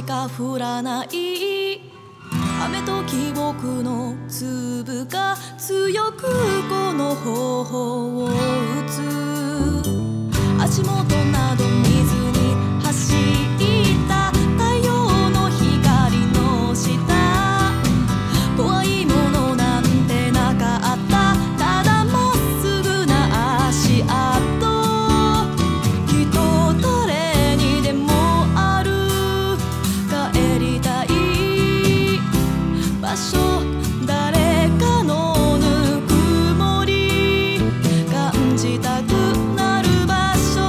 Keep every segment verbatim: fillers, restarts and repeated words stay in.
か降らない雨と記憶の粒が強くこの頬を打つ足元など見ずに走った太陽の光の下怖いものなんてなかったただまっすぐな足跡きっと誰にでもある帰りたい場所誰かのぬくもり感じたくなる場所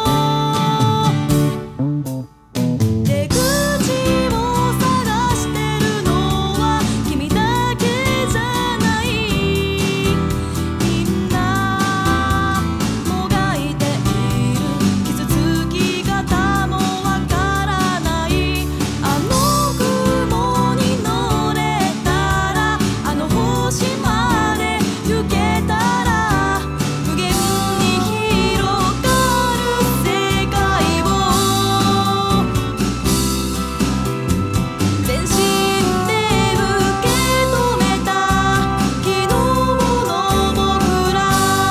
出口を探してるのは君だけじゃないみんなもがいている傷つき方もわからないあの雲に乗れたらあの星まで行けたら無限に広がる世界を全身で受け止めた昨日の僕ら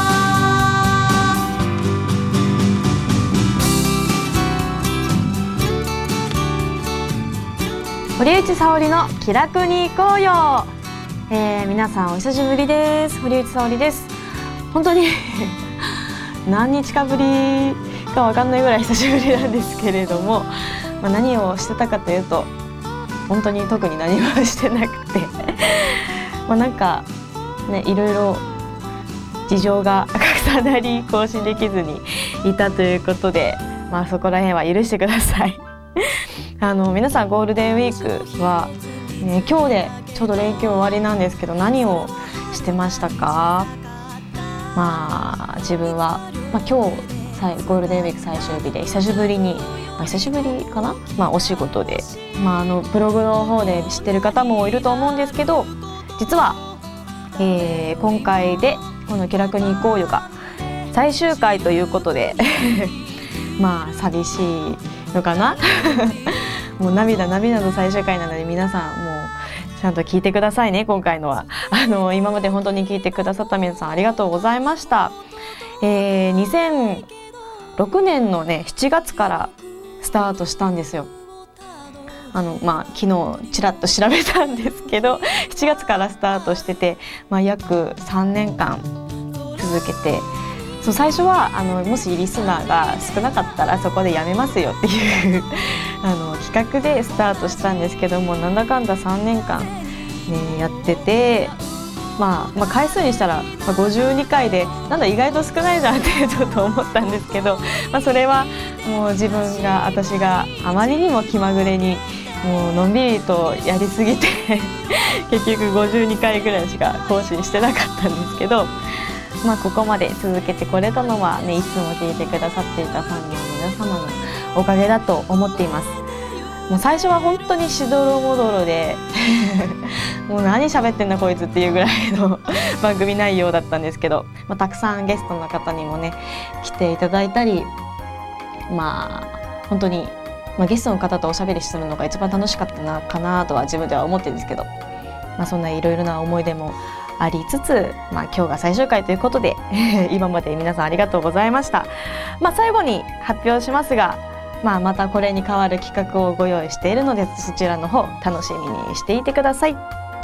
堀内沙織の気楽に行こうよ、えー、皆さんお久しぶりです。堀内沙織です。本当に何日かぶりかわかんないぐらい久しぶりなんですけれども、まあ、何をしてたかというと本当に特に何もしてなくてまあなんかねいろいろ事情が重なり更新できずにいたということで、まあそこら辺は許してくださいあの皆さんゴールデンウィークは、ね、今日でちょうど連休終わりなんですけど何をしてましたか？まあ自分は、まあ、今日ゴールデンウィーク最終日で久しぶりに、まあ、久しぶりかな、まあ、お仕事で、まあ、あのブログの方で知ってる方もいると思うんですけど、実は、えー、今回でこの気楽に行こうよが最終回ということでまあ寂しいのかなもう涙涙の最終回なので皆さんもうちゃんと聞いてくださいね。今回のはあの今まで本当に聞いてくださった皆さんありがとうございました。えー、にせんろくねんのねしちがつからスタートしたんですよ。あのまあ昨日ちらっと調べたんですけどしちがつからスタートしてて、まあ、約さんねんかん続けて、そう最初はあのもしリスナーが少なかったらそこでやめますよっていうあの企画でスタートしたんですけども、なんだかんださんねんかん、ね、やってて、まあ、まあ回数にしたらごじゅうにかいでなんだ意外と少ないじゃんってちょっと思ったんですけど、まあ、それはもう自分が私があまりにも気まぐれにもうのんびりとやりすぎて結局ごじゅうにかいぐらいしか更新してなかったんですけど、まあ、ここまで続けてこれたのは、ね、いつも聞いてくださっていたファンの皆様のおかげだと思っています。もう最初は本当にしどろもどろでもう何喋ってんだこいつっていうぐらいの番組内容だったんですけど、まあ、たくさんゲストの方にもね来ていただいたり、まあ本当に、まあ、ゲストの方とおしゃべりするのが一番楽しかったなかなとは自分では思ってるんですけど、まあ、そんないろいろな思い出もありつつ、まあ、今日が最終回ということで今まで皆さんありがとうございました。まあ、最後に発表しますが、まあ、またこれに代わる企画をご用意しているのでそちらの方楽しみにしていてください。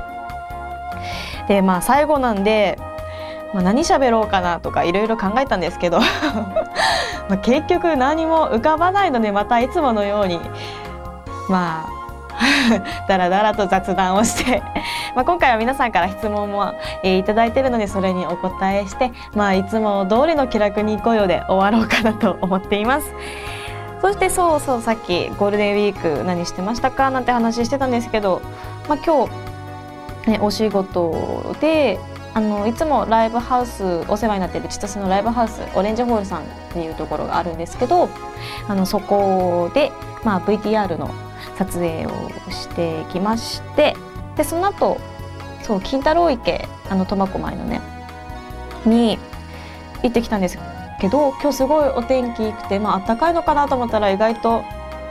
で、まあ、最後なんで、まあ、何喋ろうかなとかいろいろ考えたんですけどまあ結局何も浮かばないのでまたいつものようにまあだらだらと雑談をしてまあ今回は皆さんから質問も、えー、いただいているのでそれにお答えして、まあ、いつも通りの気楽に行こうよで終わろうかなと思っています。そしてそうそうさっきゴールデンウィーク何してましたかなんて話してたんですけど、まあ、今日、ね、お仕事であのいつもライブハウスお世話になっている千歳のライブハウスオレンジホールさんっていうところがあるんですけど、あのそこで、まあ、ブイティーアール の撮影をしてきまして、でその後そう金太郎池あの苫小牧のねに行ってきたんですけど、今日すごいお天気良くて、まあ暖かいのかなと思ったら意外と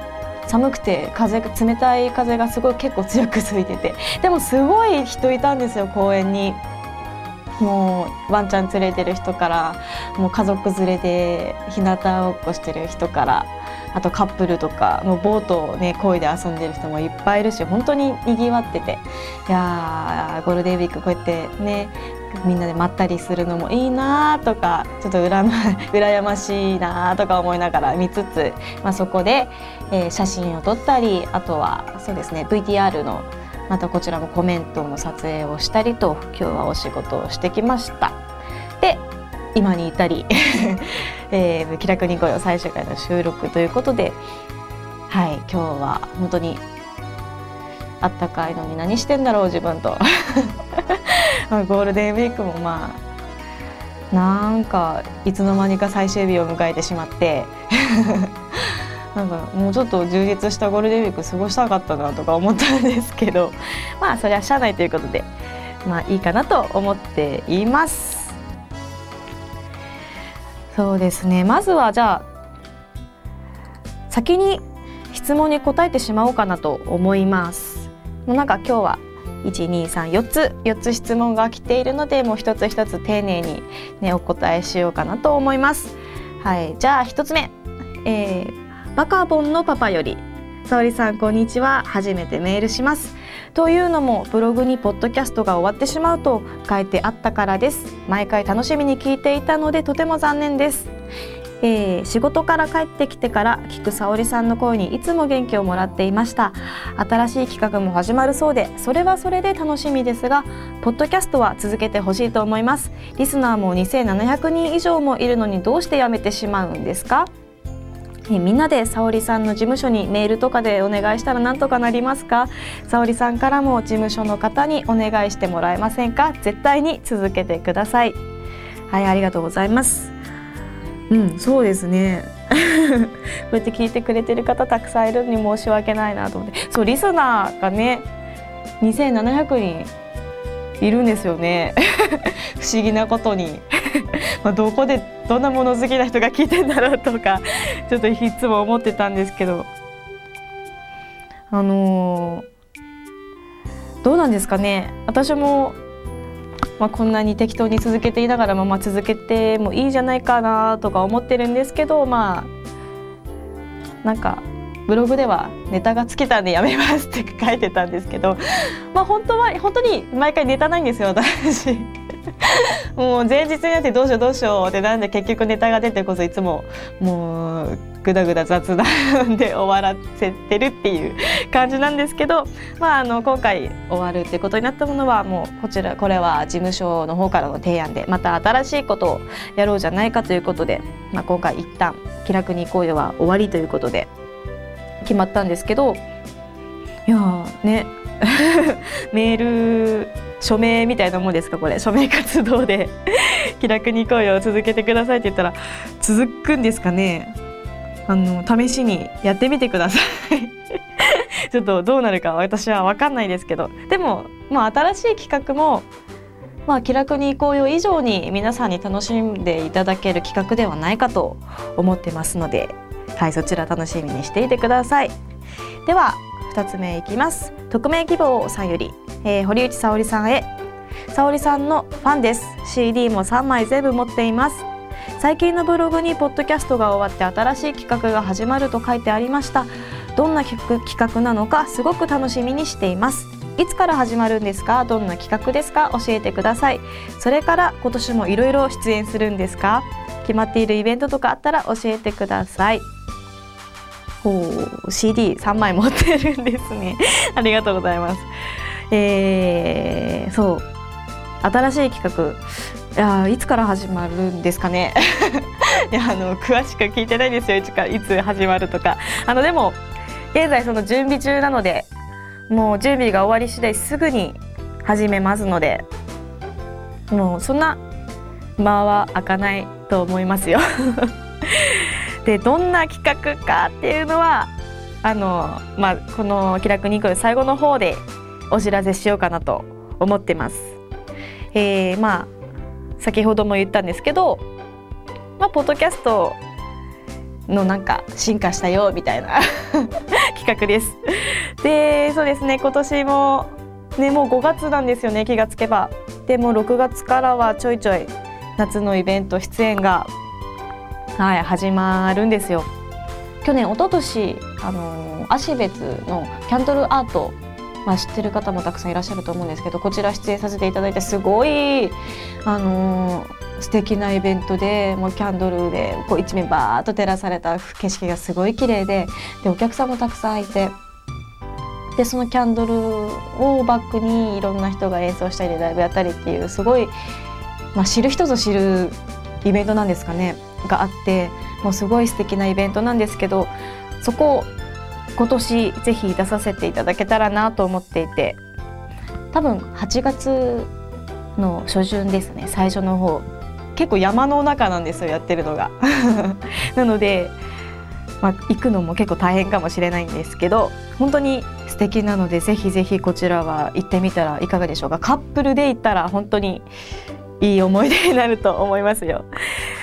寒くて風が冷たい風がすごい結構強く吹いてて、でもすごい人いたんですよ公園に。もうワンちゃん連れてる人から、もう家族連れで日向ぼっこしてる人から、あとカップルとかもうボートをね漕いで遊んでる人もいっぱいいるし、本当ににぎわってて、いやゴールデンウィークこうやってねみんなでまったりするのもいいなとか、ちょっとうらま羨ましいなとか思いながら見つつ、まあ、そこで、えー、写真を撮ったり、あとはそうですね ブイティーアール のまたこちらもコメントの撮影をしたりと、今日はお仕事をしてきました。で今に至り、えー、気楽に来よう最終回の収録ということで、はい今日は本当にあったかいのに何してんだろう自分とゴールデンウィークもまあなんかいつの間にか最終日を迎えてしまってなんかもうちょっと充実したゴールデンウィーク過ごしたかったなとか思ったんですけど、まあそれはしゃあないということで、まあいいかなと思っています。そうですね、まずはじゃあ先に質問に答えてしまおうかなと思います。もうなんか今日はいち、に、さん、よっつよっつ質問が来ているので、もう一つ一つ丁寧に、ね、お答えしようかなと思います。はい、じゃあ一つ目、えーバカボンのパパより、沙織さんこんにちは、初めてメールします。というのもブログにポッドキャストが終わってしまうと書いてあったからです。毎回楽しみに聞いていたのでとても残念です。えー、仕事から帰ってきてから聞く沙織さんの声にいつも元気をもらっていました。新しい企画も始まるそうで、それはそれで楽しみですが、ポッドキャストは続けてほしいと思います。リスナーもにせんななひゃくにん以上もいるのにどうしてやめてしまうんですか？みんなで沙織さんの事務所にメールとかでお願いしたらなんとかなりますか？沙織さんからも事務所の方にお願いしてもらえませんか？絶対に続けてください。はい、ありがとうございます。うん、そうですねこうやって聞いてくれてる方たくさんいるのに申し訳ないなと思って、そうリスナーがねにせんななひゃくにんいるんですよね不思議なことにまあどこでどんなもの好きな人が聞いてんだろうとかちょっといつも思ってたんですけど、あのー、どうなんですかね。私も、まあ、こんなに適当に続けていながらも、まあ、続けてもいいんじゃないかなとか思ってるんですけど、まあなんかブログではネタが尽きたんでやめますって書いてたんですけど、まあ本当は本当に毎回ネタないんですよ私もう前日になってどうしようどうしようってなんで、結局ネタが出てこそいつももうぐだぐだ雑談で終わらせてるっていう感じなんですけど、まあ、あの今回終わるってことになったものはもうこちらこれは事務所の方からの提案で、また新しいことをやろうじゃないかということで、まあ、今回一旦気楽に行こうよは終わりということで決まったんですけど、いやーねメール署名みたいなもんですか、これ署名活動で気楽に行こうよを続けてくださいって言ったら続くんですかね。あの試しにやってみてくださいちょっとどうなるか私は分かんないですけど、でも、まあ、新しい企画も、まあ、気楽に行こうよ以上に皆さんに楽しんでいただける企画ではないかと思ってますので、はい、そちら楽しみにしていてください。ではふたつめいきます。匿名希望さんより、えー、堀内沙織さんへ。沙織さんのファンです。 シーディー もさんまい全部持っています。最近のブログにポッドキャストが終わって新しい企画が始まると書いてありました。どんな企画なのかすごく楽しみにしています。いつから始まるんですか？どんな企画ですか？教えてください。それから今年もいろいろ出演するんですか？決まっているイベントとかあったら教えてください。ほう シーディーさん 枚持ってるんですねありがとうございます。えー、そう新しい企画、いやいつから始まるんですかねいやあの詳しく聞いてないですよ、いつかいつ始まるとか。あのでも現在その準備中なので、もう準備が終わり次第すぐに始めますので、もうそんな間は開かないと思いますよでどんな企画かっていうのはあの、まあ、この気楽に行く最後の方でお知らせしようかなと思ってます。えー、まあ先ほども言ったんですけど、まあ、ポッドキャストのなんか進化したよみたいな企企画です。でそうですね、今年もねもうごがつなんですよね、気がつけば。でもろくがつからはちょいちょい夏のイベント出演が、はい、始まるんですよ。去年一昨年あの芦別のキャンドルアート、まあ、知ってる方もたくさんいらっしゃると思うんですけど、こちら出演させていただいて、すごいあの素敵なイベントで、もうキャンドルでこう一面バーッと照らされた景色がすごい綺麗で、でお客さんもたくさんいて、でそのキャンドルをバックにいろんな人が演奏したりライブやったりっていう、すごい、まあ、知る人ぞ知るイベントなんですかねがあって、もうすごい素敵なイベントなんですけど、そこを今年ぜひ出させていただけたらなと思っていて、多分はちがつの初旬ですね、最初の方。結構山の中なんですよ、やってるのがなので、まあ、行くのも結構大変かもしれないんですけど、本当に素敵なので、ぜひぜひこちらは行ってみたらいかがでしょうか。カップルで行ったら本当にいい思い出になると思いますよ。